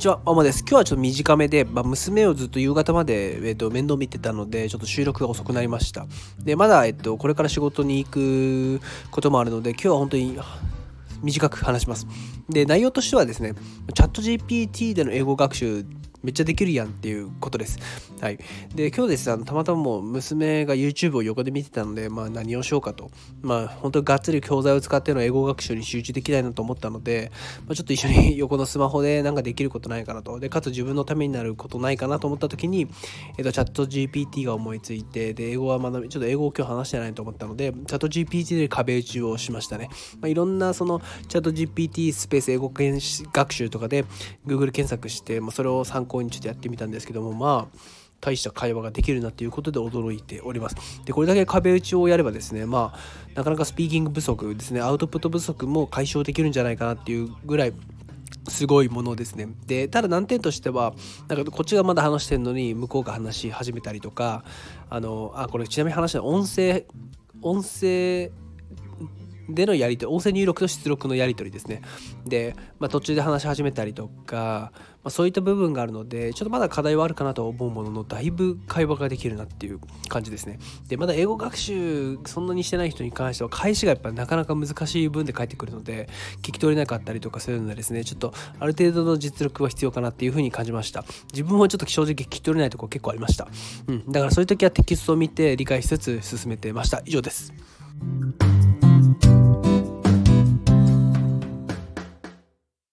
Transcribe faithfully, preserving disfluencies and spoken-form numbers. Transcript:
こんにちは、ママです。今日はちょっと短めで、まあ、娘をずっと夕方まで、えっと、面倒見てたので、ちょっと収録が遅くなりました。で、まだ、えっと、これから仕事に行くこともあるので、今日は本当に短く話します。で、内容としてはですね、チャット ジーピーティー での英語学習、めっちゃできるやんっていうことです。はい。で、今日ですあのたまたまもう娘が YouTube を横で見てたので、まあ何をしようかと。まあ本当にがっつり教材を使っての英語学習に集中できないなと思ったので、まあ、ちょっと一緒に横のスマホでなんかできることないかなと。で、かつ自分のためになることないかなと思った時に、えっと、チャット ジーピーティー が思いついて、で、英語は学び、ちょっと英語を今日話してないと思ったので、チャット ジーピーティー で壁打ちをしましたね。まあ、いろんなそのチャット ジーピーティー スペース英語学習とかで Google 検索して、まあ、それを参考にちょっとやってみたんですですけども、まあ大した会話ができるなということで驚いております。で、これだけ壁打ちをやればですね、まあなかなかスピーキング不足ですね、アウトプット不足も解消できるんじゃないかなっていうぐらいすごいものですね。で、ただ難点としては、なんかこっちがまだ話してるのに向こうが話し始めたりとか、あのあこれちなみに話した音声音声でのやり取り、音声入力と出力のやり取りですね。で、まあ、途中で話し始めたりとか、まあ、そういった部分があるので、ちょっとまだ課題はあるかなと思うものの、だいぶ会話ができるなっていう感じですね。で、まだ英語学習そんなにしてない人に関しては、返しがやっぱなかなか難しい文で返ってくるので、聞き取れなかったりとかするのでですね、ちょっとある程度の実力は必要かなっていうふうに感じました。自分もちょっと正直聞き取れないところ結構ありました。うん、だからそういう時はテキストを見て理解しつつ進めてました。以上です。